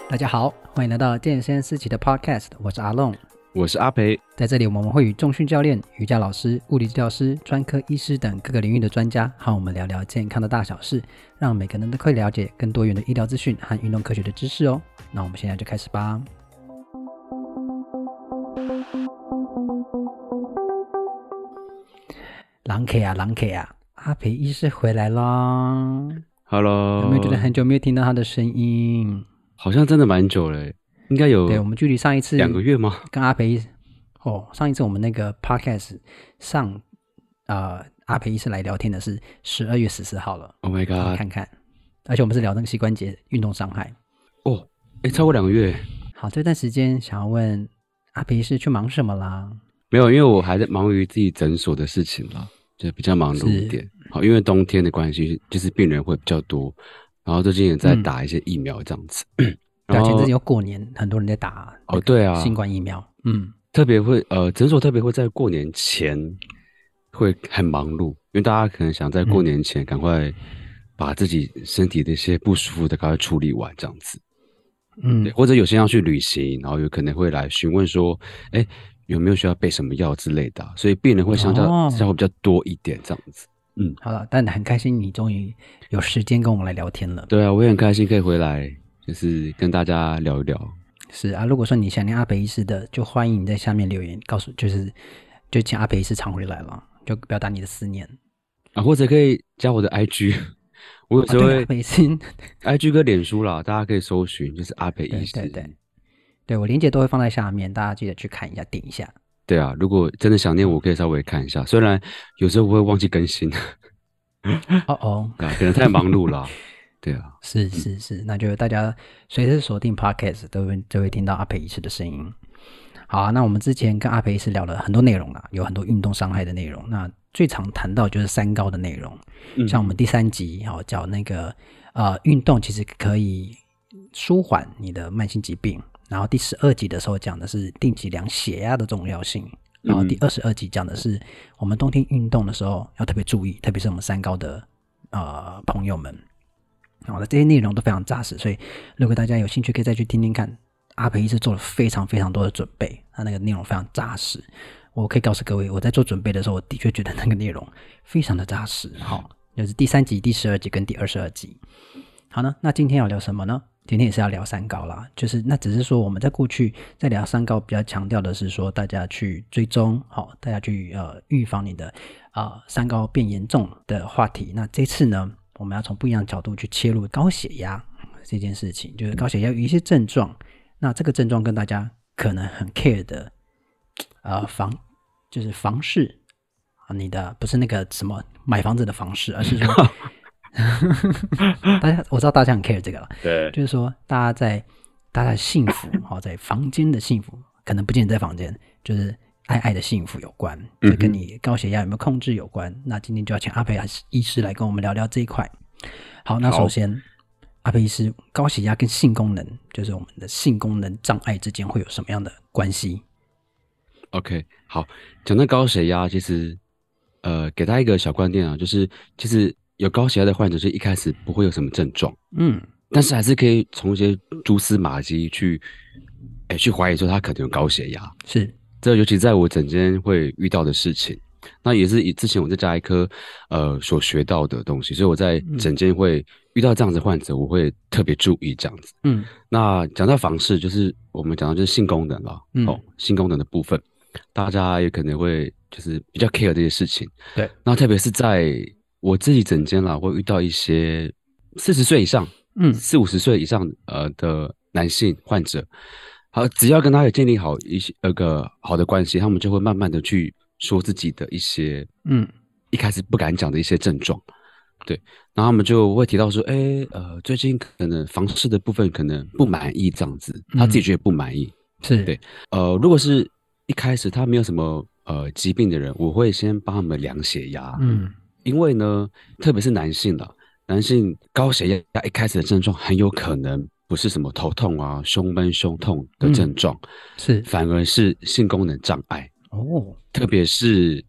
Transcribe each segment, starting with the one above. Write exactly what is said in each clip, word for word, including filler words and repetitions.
大家好，欢迎来到健身思齐的 Podcast， 我是阿龙， 我是阿培。 在这里我们会与重训教练、瑜伽老师、物理治疗师、专科医师等各个领域的专家和我们聊聊健康的大小事，让每个人都可以了解更多元的医疗资讯和运动科学的知识哦。那我们现在就开始吧。狼 K 啊狼 K 啊，阿培医师回来啦 Hello， 有没有觉得很久没有听到他的声音？ 好像真的蛮久了，应该有。 对，我们距离上一次两个月吗？ 跟阿培医师哦，上一次我们那个 podcast 上呃阿培医师来聊天的是十二月十四号了。 Oh my god！ 你看看，而且我们是聊那个膝关节运动伤害。 哦，哎，超过两个月。 好，这段时间想要问阿培医师去忙什么啦？ 没有，因为我还在忙于自己诊所的事情啦，就比较忙碌一点。好，因为冬天的关系，就是病人会比较多，然后最近也在打一些疫苗这样子。嗯对啊，前阵子有过年，很多人在打哦，对啊， 新冠疫苗，嗯， 特别会呃，诊所特别会在过年前会很忙碌，因为大家可能想在过年前赶快把自己身体的一些不舒服的赶快处理完这样子，嗯，对，或者有些要去旅行，然后有可能会来询问说，哎，有没有需要备什么药之类的、啊，所以病人会相较之下会比较多一点这样子。嗯， 好了，但很开心你终于有时间跟我们来聊天了。 对啊，我也很开心可以回来。就是跟大家聊一聊。 是啊，如果说你想念阿培医师的，就欢迎你在下面留言告诉，就是就请阿培医师常回来了，就表达你的思念啊，或者可以加我的 I G， 我有时候会、 啊、阿培医师 I G 跟脸书啦，大家可以搜寻，就是阿培医师。 对对对，对我连结都会放在下面，大家记得去看一下，点一下。 对啊，如果真的想念我，可以稍微看一下，虽然有时候我会忘记更新。 哦哦， 啊，可能太忙碌了。对啊， 是是是，那就大家随时锁定 Podcast 都会都会听到阿培医师的声音。好啊，那我们之前跟阿培医师聊了很多内容啦，有很多运动伤害的内容。那最常谈到就是三高的内容，嗯、像我们第三集好、哦、讲那个呃运动其实可以舒缓你的慢性疾病，然后第十二集的时候讲的是定期量血压的重要性，然后第二十二集讲的是我们冬天运动的时候要特别注意，特别是我们三高的呃朋友们。好的，这些内容都非常扎实，所以如果大家有兴趣，可以再去听听看。阿培医师做了非常非常多的准备，他那个内容非常扎实。我可以告诉各位，我在做准备的时候，我的确觉得那个内容非常的扎实。好，就是第三集、第十二集跟第二十二集。好呢，那今天要聊什么呢？今天也是要聊三高啦，就是那只是说我们在过去在聊三高比较强调的是说大家去追踪，好，大家去呃预防你的啊、呃、三高变严重的话题。那这次呢？我们要从不一样的角度去切入高血压这件事情，就是高血压有一些症状，那这个症状跟大家可能很 care 的呃房就是房市啊，你的不是那个什么买房子的房市，而是说大家我知道大家很 care 这个了， 对， 就是说大家在大家的幸福好在房间的幸福，可能不仅在房间，就是爱爱的幸福有关，这跟你高血压有没有控制有关。嗯、那今天就要请阿培医师来跟我们聊聊这一块。好，那首先阿培医师，高血压跟性功能，就是我们的性功能障碍之间会有什么样的关系 ？OK， 好，讲到高血压，其实呃，给大家一个小观念啊，就是其实有高血压的患者，就一开始不会有什么症状，嗯，但是还是可以从一些蛛丝马迹去，哎，去怀疑说他可能有高血压， 是。 这尤其在我诊间会遇到的事情，那也是以之前我在家医科呃所学到的东西，所以我在诊间会遇到这样子的患者，我会特别注意这样子。嗯，那讲到房事，就是我们讲到就是性功能了，嗯、哦，性功能的部分，大家也可能会就是比较 care 这些事情。对，那特别是在我自己诊间啦，会遇到一些四十岁以上，嗯，四五十岁以上呃的男性患者。好，只要跟他有建立好一些那个好的关系，他们就会慢慢的去说自己的一些，嗯，一开始不敢讲的一些症状，对，然后他们就会提到说，哎，呃，最近可能房事的部分可能不满意这样子，他自己觉得不满意，嗯、是对，呃，如果是一开始他没有什么呃疾病的人，我会先帮他们量血压，嗯，因为呢，特别是男性啦，男性高血压一开始的症状很有可能。不是什么头痛啊、胸闷、胸痛的症状，嗯、是反而是性功能障碍哦。特别是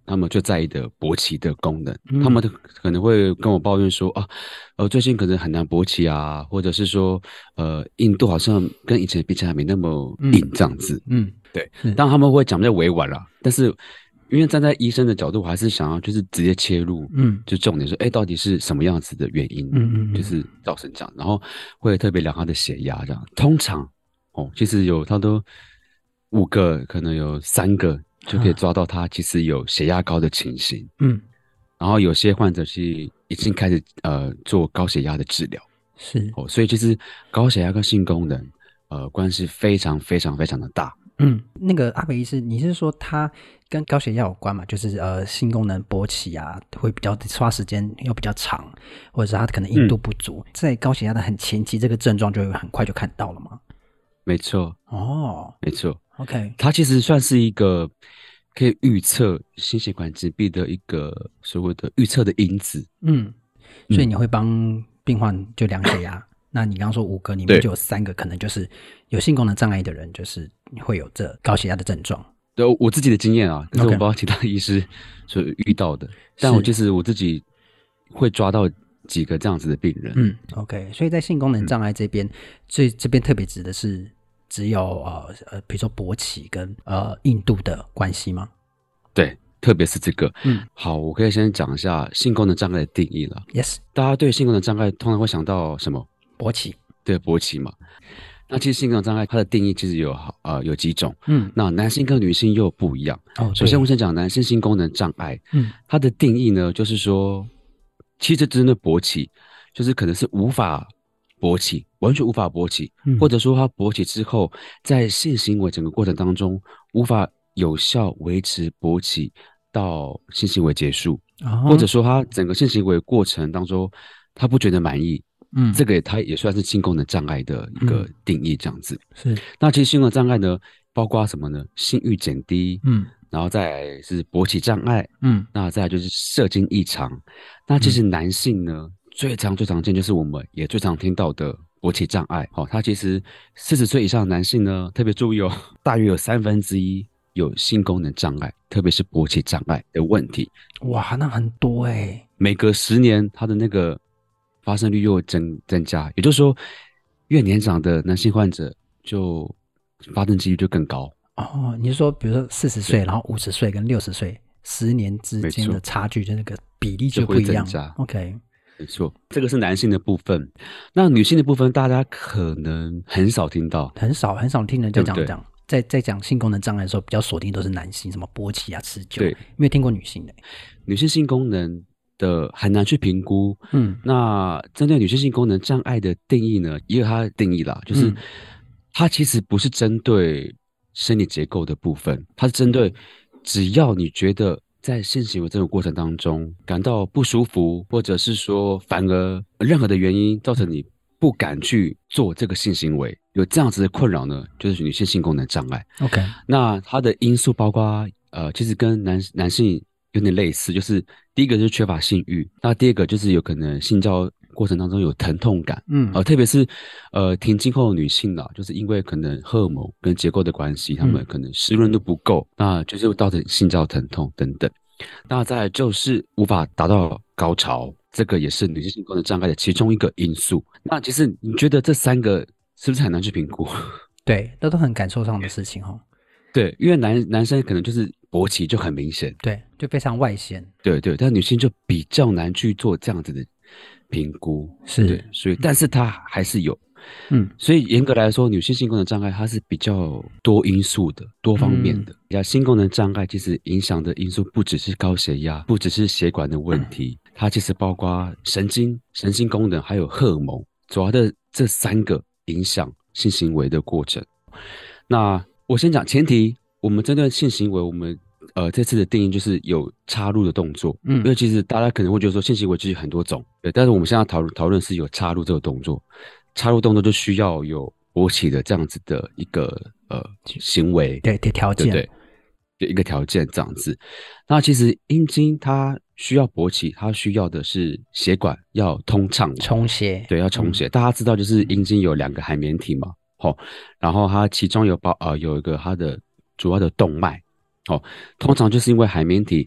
他们最在意的勃起的功能， 嗯、 他们可能会跟我抱怨说啊，呃，最近可能很难勃起啊，或者是说，呃，硬度好像跟以前比起来没那么硬这样子。 嗯，嗯对，当然他们会讲比较委婉啦，但是因为站在医生的角度，我还是想要就是直接切入，嗯，就重点说，哎，到底是什么样子的原因，嗯嗯，就是造成这样，然后会特别量他的血压这样，通常哦，其实有他都五个，可能有三个。就可以抓到他其实有血压高的情形，嗯，然后有些患者是已经开始呃做高血压的治疗， 是哦，所以其实高血压跟性功能呃关系非常非常非常的大。 嗯，那个阿北医师，你是说他跟高血压有关嘛？就是呃性功能勃起啊，会比较花时间又比较长，或者是他可能硬度不足，嗯、在高血压的很前期，这个症状就会很快就看到了吗？ 没错， 哦， 没错。 OK， 它其实算是一个可以预测心血管疾病的一个所谓的预测的因子。 嗯，所以你会帮病患就量血压。那你刚刚说五个里面就有三个可能就是有性功能障碍的人，就是会有这高血压的症状。 对，我自己的经验啊，可是我不知道其他医师所遇到的， okay. 但我其实我自己会抓到几个这样子的病人。 嗯 ，OK， 所以在性功能障碍这边，所以这边特别指的是只有呃呃，比如说勃起跟呃硬度的关系吗？ 对，特别是这个。嗯，好，我可以先讲一下性功能障碍的定义了。 Yes， 大家对性功能障碍通常会想到什么？ 勃起。 对，勃起嘛。那其实性功能障碍它的定义其实有呃有几种。嗯，那男性跟女性又不一样。哦，首先我先讲男性性功能障碍。嗯，它的定义呢，就是说，其实真的勃起，就是可能是无法勃起，完全无法勃起，嗯、或者说他勃起之后，在性行为整个过程当中无法有效维持勃起到性行为结束，哦、或者说他整个性行为过程当中他不觉得满意，嗯，这个他也算是性功能障碍的一个定义，这样子。嗯、是。那其实性功能障碍呢，包括什么呢？性欲减低，嗯，然后再来是勃起障碍，嗯，那再来就是射精异常。那其实男性呢？嗯最常最常见就是我们也最常听到的勃起障碍，好、哦，它其实四十岁以上的男性呢，特别注意哦，大约有三分之一有性功能障碍，特别是勃起障碍的问题。 哇，那很多哎、欸！ 每隔十年，他的那个发生率又增增加，也就是说，越年长的男性患者就发生几率就更高。 哦，你是说，比如说四十岁，然后五十岁跟六十岁，十年之间的差距，就那个比例就不一样。OK。 没错，这个是男性的部分。那女性的部分，大家可能很少听到， 很少很少听人在讲讲，在在讲性功能障碍的时候，比较锁定都是男性，什么勃起啊、持久，对，没有听过女性的。 女性性功能的很难去评估。嗯，那针对女性性功能障碍的定义呢，也有它的定义啦，就是、嗯、它其实不是针对生理结构的部分，它是针对只要你觉得在性行为这种过程当中感到不舒服，或者是说反而任何的原因造成你不敢去做这个性行为，有这样子的困扰呢，就是女性性功能障碍。 OK， 那它的因素包括呃，其实跟男男性有点类似，就是第一个就是缺乏性欲，那第二个就是有可能性交过程当中有疼痛感，嗯，呃，特别是呃停经后的女性啦，就是因为可能荷尔蒙跟结构的关系，她们可能湿润度不够，嗯、那就是造成性交疼痛等等。那再来就是无法达到高潮，这个也是女性性功能障碍的其中一个因素。那其实你觉得这三个是不是很难去评估？ 对，这都很感受上的事情哦。 对，因为男男生可能就是勃起就很明显， 对，就非常外显。 对对，但女性就比较难去做这样子的评估， 是， 对，所以但是它还是有。嗯，所以严格来说，女性性功能障碍它是比较多因素的、多方面的。嗯、性功能障碍其实影响的因素不只是高血压，不只是血管的问题，嗯、它其实包括神经、神经功能还有荷尔蒙，主要的这三个影响性行为的过程。那我先讲前提，我们针对性行为，我们呃这次的定义就是有插入的动作。嗯，因为其实大家可能会觉得说性行为其实很多种，对，但是我们现在讨论讨论是有插入这个动作。插入动作就需要有勃起的这样子的一个呃行为， 对对条件， 对对，一个条件这样子。那其实阴茎它需要勃起，它需要的是血管要通畅， 充血， 对，要充血。嗯、大家知道就是阴茎有两个海绵体嘛，吼、哦，然后它其中有包呃有一个它的主要的动脉，哦，通常就是因为海绵体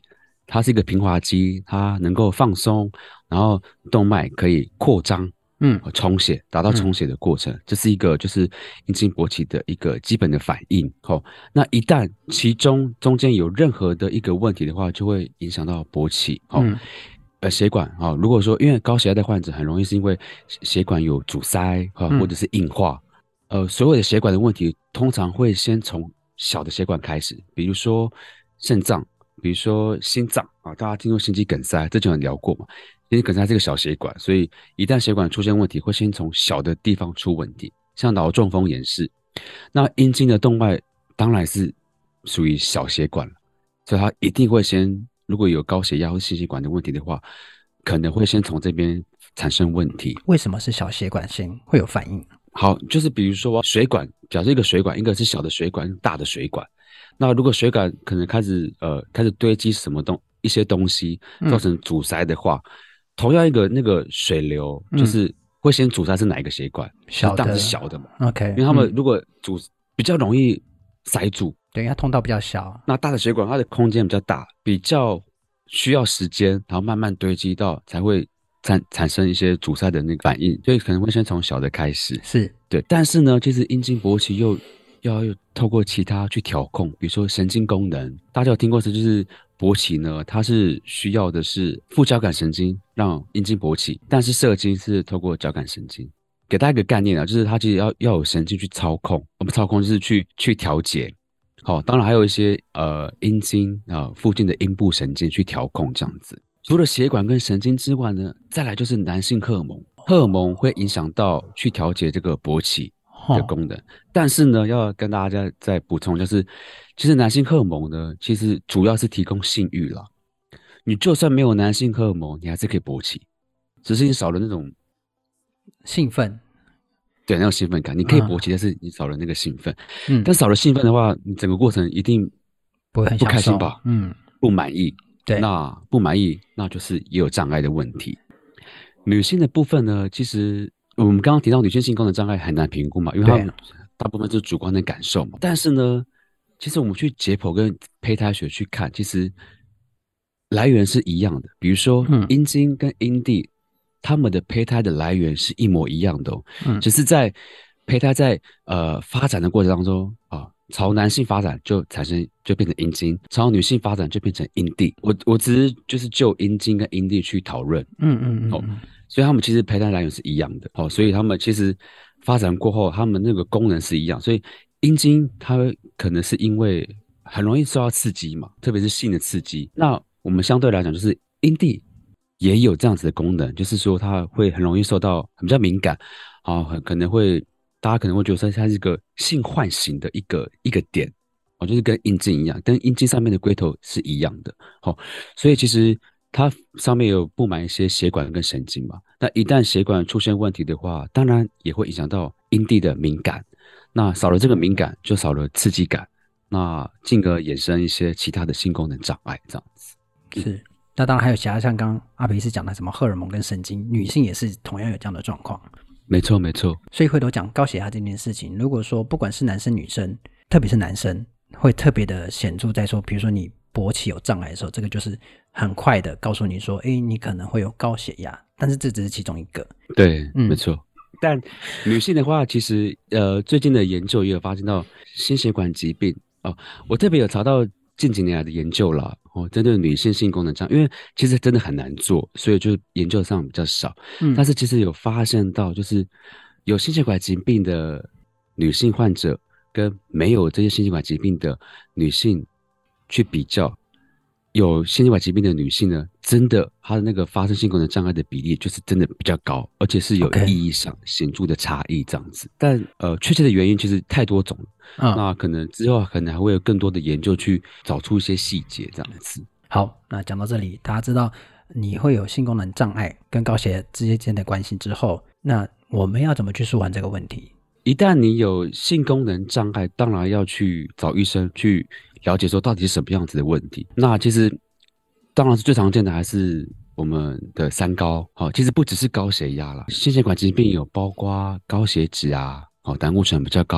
它是一个平滑肌，它能够放松，然后动脉可以扩张，嗯，充血，达到充血的过程，嗯、这是一个就是阴茎勃起的一个基本的反应。哦，那一旦其中中间有任何的一个问题的话，就会影响到勃起。哦。嗯呃，血管啊、哦，如果说因为高血压的患者很容易是因为血管有阻塞啊、哦，或者是硬化，嗯、呃，所有的血管的问题通常会先从小的血管开始，比如说肾脏，比如说心脏啊，大家听说心肌梗塞，这就有聊过嘛。心肌梗塞是个小血管，所以一旦血管出现问题，会先从小的地方出问题，像脑中风也是。那阴茎的动脉当然是属于小血管了，所以它一定会先。如果有高血压或心血管的问题的话，可能会先从这边产生问题。 为什么是小血管先会有反应？ 好，就是比如说水管，假设一个水管，一个是小的水管，大的水管。那如果水管可能开始呃开始堆积什么东一些东西，造成阻塞的话，嗯、同样一个那个水流，就是会先阻塞是哪一个血管？ 小的， 当然是小的嘛。 OK， 因为他们如果阻、嗯、比较容易塞住。 对，它通道比较小， 那大的血管它的空间比较大，比较需要时间，然后慢慢堆积到才会产产生一些阻塞的那个反应，所以可能会先从小的开始， 是对。但是呢，其实阴茎勃起又要透过其他去调控，比如说神经功能，大家有听过是就是勃起呢，它是需要的是副交感神经让阴茎勃起，但是射精是透过交感神经。给大家一个概念啊，就是它其实要要有神经去操控，不操控就是去去调节。好、哦，当然还有一些呃阴茎啊、呃、附近的阴部神经去调控这样子。除了血管跟神经之外呢，再来就是男性荷尔蒙，荷尔蒙会影响到去调节这个勃起的功能。哦、但是呢，要跟大家再补充，就是其实男性荷尔蒙呢，其实主要是提供性欲啦。你就算没有男性荷尔蒙，你还是可以勃起，只是你少了那种兴奋。 对，那种兴奋感，你可以勃起，嗯、但是你少了那个兴奋。嗯，但少了兴奋的话，你整个过程一定不会很不开心吧？ 嗯， 不满意。 对， 那不满意，那就是也有障碍的问题。女性的部分呢，其实我们刚刚提到女性性功能障碍很难评估嘛，因为它大部分是主观的感受嘛。但是呢，其实我们去解剖跟胚胎学去看，其实来源是一样的。比如说，嗯、阴茎跟阴蒂。他们的胚胎的来源是一模一样的哦，嗯，只是在胚胎在呃发展的过程当中啊，朝男性发展就产生就变成阴茎，朝女性发展就变成阴蒂。我我只是就是就阴茎跟阴蒂去讨论， 嗯嗯嗯， 哦，所以他们其实胚胎来源是一样的，哦，所以他们其实发展过后，他们那个功能是一样，所以阴茎它可能是因为很容易受到刺激嘛，特别是性的刺激。那我们相对来讲就是阴蒂。也有这样子的功能，就是说它会很容易受到比较敏感，啊，很可能会大家可能会觉得说它是一个性唤醒的一个一个点，哦，就是跟阴茎一样，跟阴茎上面的龟头是一样的，哦，所以其实它上面有布满一些血管跟神经嘛，那一旦血管出现问题的话，当然也会影响到阴蒂的敏感，那少了这个敏感，就少了刺激感，那进而衍生一些其他的性功能障碍，这样子是。那当然还有其他像刚刚阿培医师讲的什么荷尔蒙跟神经，女性也是同样有这样的状况。 没错没错。 所以回头讲高血压这件事情，如果说不管是男生女生，特别是男生会特别的显著在说，比如说你勃起有障碍的时候，这个就是很快的告诉你说，诶，你可能会有高血压，但是这只是其中一个。 对，嗯、没错。但女性的话，其实呃最近的研究也有发现到心血管疾病哦，我特别有查到近几年来的研究啦。哦，针对女性性功能障碍，因为其实真的很难做，所以就研究上比较少。嗯，但是其实有发现到，就是有心血管疾病的女性患者跟没有这些心血管疾病的女性去比较，有心血管疾病的女性呢，真的她的那个发生性功能障碍的比例就是真的比较高，而且是有意义上显著的差异这样子。Okay. 但呃，确切的原因其实太多种了。嗯、那可能之后可能还会有更多的研究去找出一些细节这样子。 好，那讲到这里，大家知道你会有性功能障碍跟高血压之间的关系之后，那我们要怎么去舒缓这个问题？ 一旦你有性功能障碍，当然要去找医生去了解说到底是什么样子的问题。那其实当然是最常见的还是我们的三高，好，其实不只是高血压啦，心血管疾病有包括高血脂啊，好，胆固醇比较高。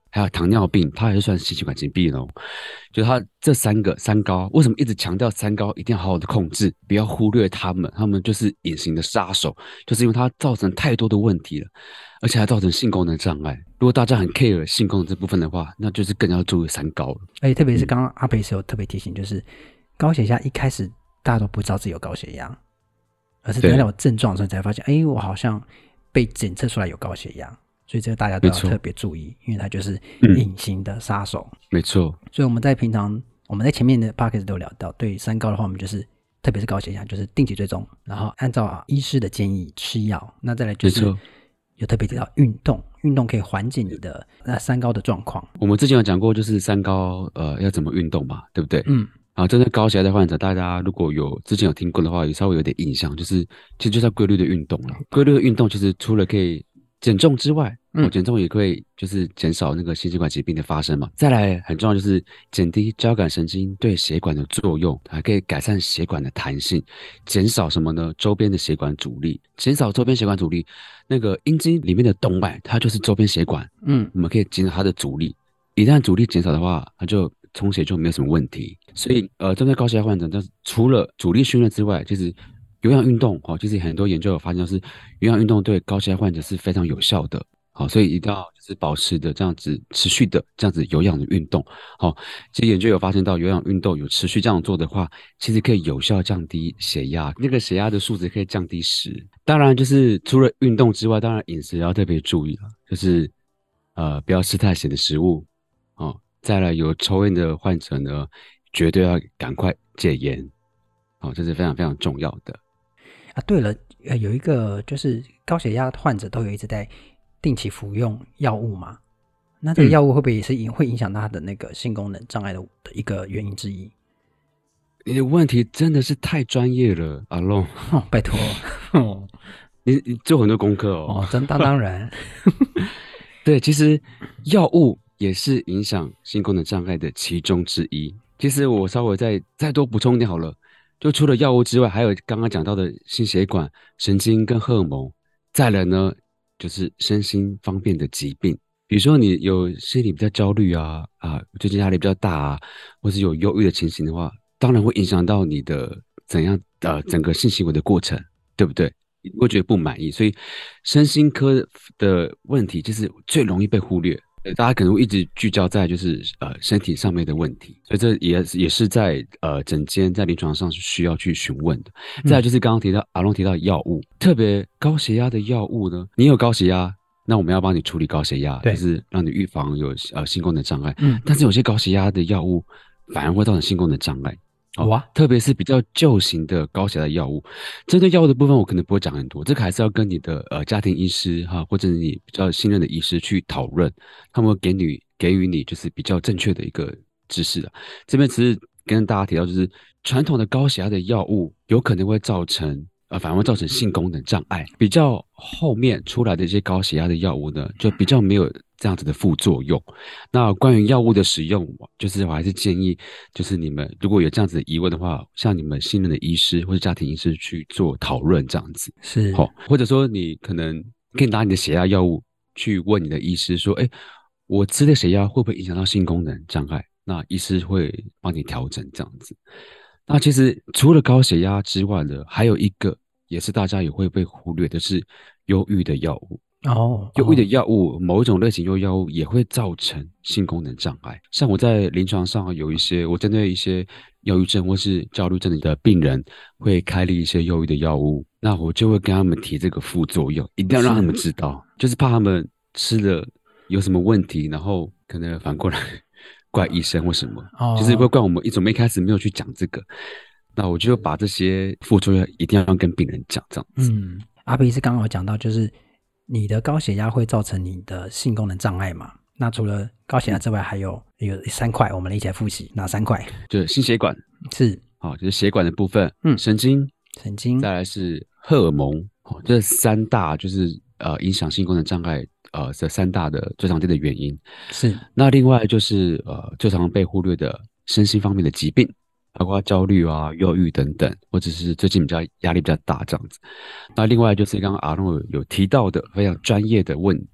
还有糖尿病，它还是算心血管疾病哦。就它这三个三高，为什么一直强调三高一定要好好的控制，不要忽略他们，他们就是隐形的杀手，就是因为它造成太多的问题了，而且还造成性功能障碍。如果大家很 care 性功能这部分的话，那就是更要注意三高了。 而且特别是刚刚阿培是有特别提醒，就是高血压一开始大家都不知道自己有高血压，而是等到有症状的时候才发现，哎，我好像被检测出来有高血压。所以这个大家都要特别注意，因为它就是隐形的杀手。 嗯、没错。 所以我们在平常我们在前面的 podcast 都有聊到，对于三高的话，我们就是特别是高血压，就是定期追踪，然后按照医师的建议吃药。那再来就是有特别提到运动，运动可以缓解你的那三高的状况。 我们之前有讲过，就是三高呃要怎么运动嘛，对不对？ 嗯。 啊，针对高血压的患者，大家如果有之前有听过的话，也稍微有点印象，就是其实就是要规律的运动了。规律的运动其实除了可以减重之外，嗯，减重也可以就是减少那个心血管疾病的发生嘛。再来很重要就是减低交感神经对血管的作用，还可以改善血管的弹性，减少什么呢？周边的血管阻力，减少周边血管阻力。那个阴茎里面的动脉，它就是周边血管，嗯，我们可以减少它的阻力。一旦阻力减少的话，它就充血就没有什么问题。所以呃，针对高血压患者，但是除了阻力训练之外，其实有氧运动，哦，其实很多研究有发现，就是有氧运动对高血压患者是非常有效的。好，所以一定要就是保持的这样子持续的这样子有氧的运动。好，其实研究有发现到有氧运动有持续这样做的话，其实可以有效降低血压，那个血压的数值可以降低十。当然，就是除了运动之外，当然饮食也要特别注意了，就是呃不要吃太咸的食物。哦，再来有抽烟的患者呢，绝对要赶快戒烟。哦，这是非常非常重要的。 啊，对了，呃，有一个就是高血压患者都有一直在定期服用药物嘛？那这个药物会不会也是影会影响他的那个性功能障碍的一个原因之一？ 你的问题真的是太专业了，阿龙。 哦，拜托，哦、 你你做很多功课哦。哦，真当当然。 对，其实药物也是影响性功能障碍的其中之一。其实我稍微再再多补充一点好了。就除了药物之外，还有刚刚讲到的心血管、神经跟荷尔蒙。再来呢，就是身心方面的疾病，比如说你有心理比较焦虑啊啊，最近压力比较大啊，或是有忧郁的情形的话，当然会影响到你的怎样呃整个性行为的过程，对不对？你会觉得不满意，所以身心科的问题就是最容易被忽略。大家可能会一直聚焦在就是呃身体上面的问题，所以这也也是在呃诊间在临床上是需要去询问的。再来就是刚刚提到、嗯、阿龙提到药物，特别高血压的药物呢，你有高血压，那我们要帮你处理高血压，就是让你预防有呃性功能障碍。嗯，但是有些高血压的药物反而会造成性功能障碍。哇、哦，特别是比较旧型的高血压的药物，针对药物的部分我可能不会讲很多，这个还是要跟你的呃家庭医师哈，或者你比较信任的医师去讨论，他们会给你给予你就是比较正确的一个知识的。这边只是跟大家提到，就是传统的高血压的药物有可能会造成呃反而会造成性功能障碍，比较后面出来的一些高血压的药物呢，就比较没有这样子的副作用。那关于药物的使用，就是我还是建议，就是你们如果有这样子的疑问的话，向你们信任的医师或者家庭医师去做讨论，这样子是好、哦。或者说你可能可以拿你的血压药物去问你的医师说，哎，我吃的血压会不会影响到性功能障碍？那医师会帮你调整这样子。那其实除了高血压之外呢，还有一个也是大家也会被忽略的是忧郁的药物。 哦， 忧郁的药物，某一种类型忧郁药物也会造成性功能障碍。像我在临床上有一些，我针对一些忧郁症或是焦虑症的病人，会开立一些忧郁的药物，那我就会跟他们提这个副作用，一定要让他们知道，就是怕他们吃了有什么问题，然后可能反过来怪医生或什么，哦、就是会怪我们，怎么一开始没有去讲这个。那我就把这些副作用一定要跟病人讲，这样子。 嗯，阿培医师刚刚有讲到，就是你的高血压会造成你的性功能障碍嘛？那除了高血压之外，还有有三块，我们一起来复习哪三块？ 就是心血管是， 好、哦，就是血管的部分，嗯，神经， 神经， 再来是荷尔蒙，哦，这三大就是呃影响性功能障碍呃这三大的最常见的原因。 是， 那另外就是呃最常被忽略的身心方面的疾病。包括焦虑啊、忧郁等等，或者是最近比较压力比较大这样子。那另外就是刚刚阿龙有提到的非常专业的问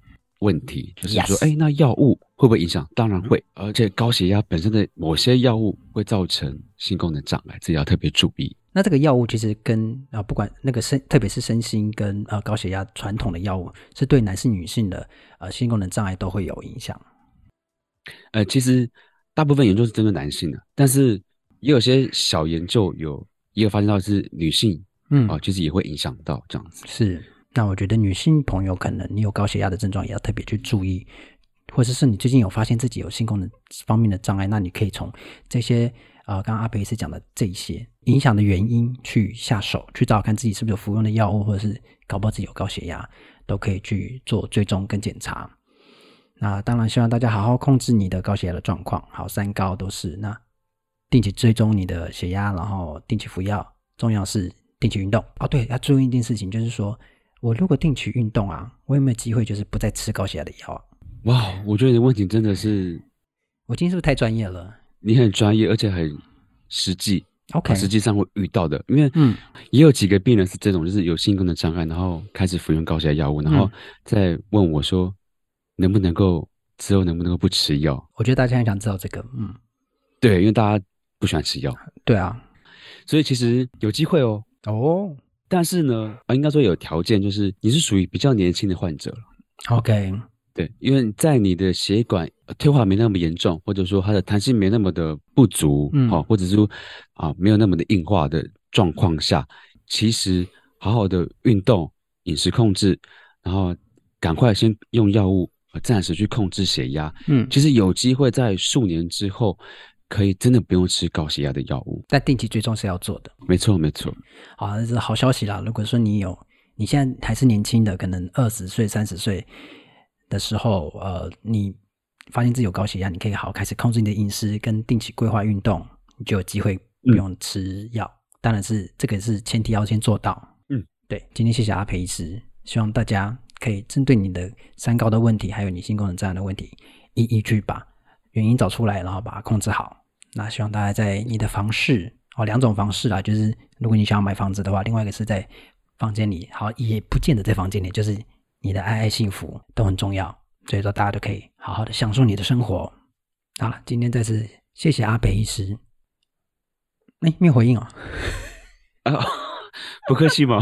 问题，就是说，哎、yes. 那药物会不会影响？当然会，而且高血压本身的某些药物会造成性功能障碍，这也要特别注意。 那这个药物其实跟啊，不管那个身，特别是身心跟呃高血压传统的药物，是对男性、女性的呃性功能障碍都会有影响。 呃，其实大部分研究是针对男性的，但是也有些小研究有也有发现到是女性，嗯啊、呃，其实也会影响到这样子。 是，那我觉得女性朋友可能你有高血压的症状，也要特别去注意，或者是你最近有发现自己有性功能方面的障碍，那你可以从这些。呃，刚刚阿培医师讲的这一些影响的原因去下手，去找看自己是不是有服用的药物，或者是搞不好自己有高血压，都可以去做追踪跟检查。那当然希望大家好好控制你的高血压的状况，好，三高都是，那定期追踪你的血压，然后定期服药，重要是定期运动。哦对，要注意一件事情，就是说我如果定期运动啊，我有没有机会就是不再吃高血压的药啊？ 哇，我觉得你的问题真的是， 我今天是不是太专业了？ 你很专业，而且很实际 ，OK， 实际上会遇到的，因为嗯，也有几个病人是这种，就是有性功能障碍，然后开始服用高血压药物，然后再问我说，能不能够之后能不能够不吃药？ 我觉得大家很想知道这个，嗯， 对，因为大家不喜欢吃药， 对啊， 所以其实有机会哦， 哦， 但是呢，啊，应该说有条件，就是你是属于比较年轻的患者了 ，OK。 对，因为在你的血管退化没那么严重，或者说它的弹性没那么的不足，嗯，好、哦，或者说啊没有那么的硬化的状况下，其实好好的运动、饮食控制，然后赶快先用药物暂时去控制血压，嗯，其实有机会在数年之后，可以真的不用吃高血压的药物。 但定期追踪是要做的， 没错没错。 好，这是好消息啦。如果说你有，你现在还是年轻的，可能二十岁、三十岁。的时候，呃，你发现自己有高血压，你可以好好开始控制你的饮食跟定期规划运动，你就有机会不用吃药。嗯、当然是这个是前提要先做到。嗯，对。今天谢谢阿培医师，希望大家可以针对你的三高的问题，还有你性功能障碍的问题，一一去把原因找出来，然后把它控制好。那希望大家在你的房事哦，两种方式啦，就是如果你想要买房子的话，另外一个是在房间里，好，也不见得在房间里，就是你的爱爱幸福都很重要，所以说大家都可以好好的享受你的生活。好了，今天再次谢谢阿培医师。哎，没有回应哦。 啊，不客气嘛。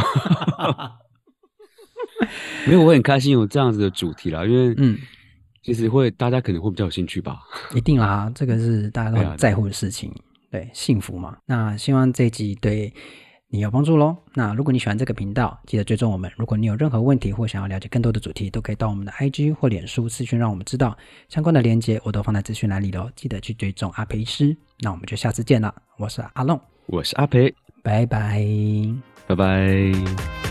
没有，我很开心有这样子的主题啦，因为嗯，其实会大家可能会比较有兴趣吧。 一定啦，这个是大家都很在乎的事情，对, 对，幸福嘛。那希望这一集对你有帮助咯。那如果你喜欢这个频道，记得追踪我们。如果你有任何问题或想要了解更多的主题，都可以到我们的 I G 或脸书私讯让我们知道。相关的连结我都放在资讯栏里咯，记得去追踪阿培医师。那我们就下次见了，我是阿龙， 我是阿培， 拜拜， 拜拜。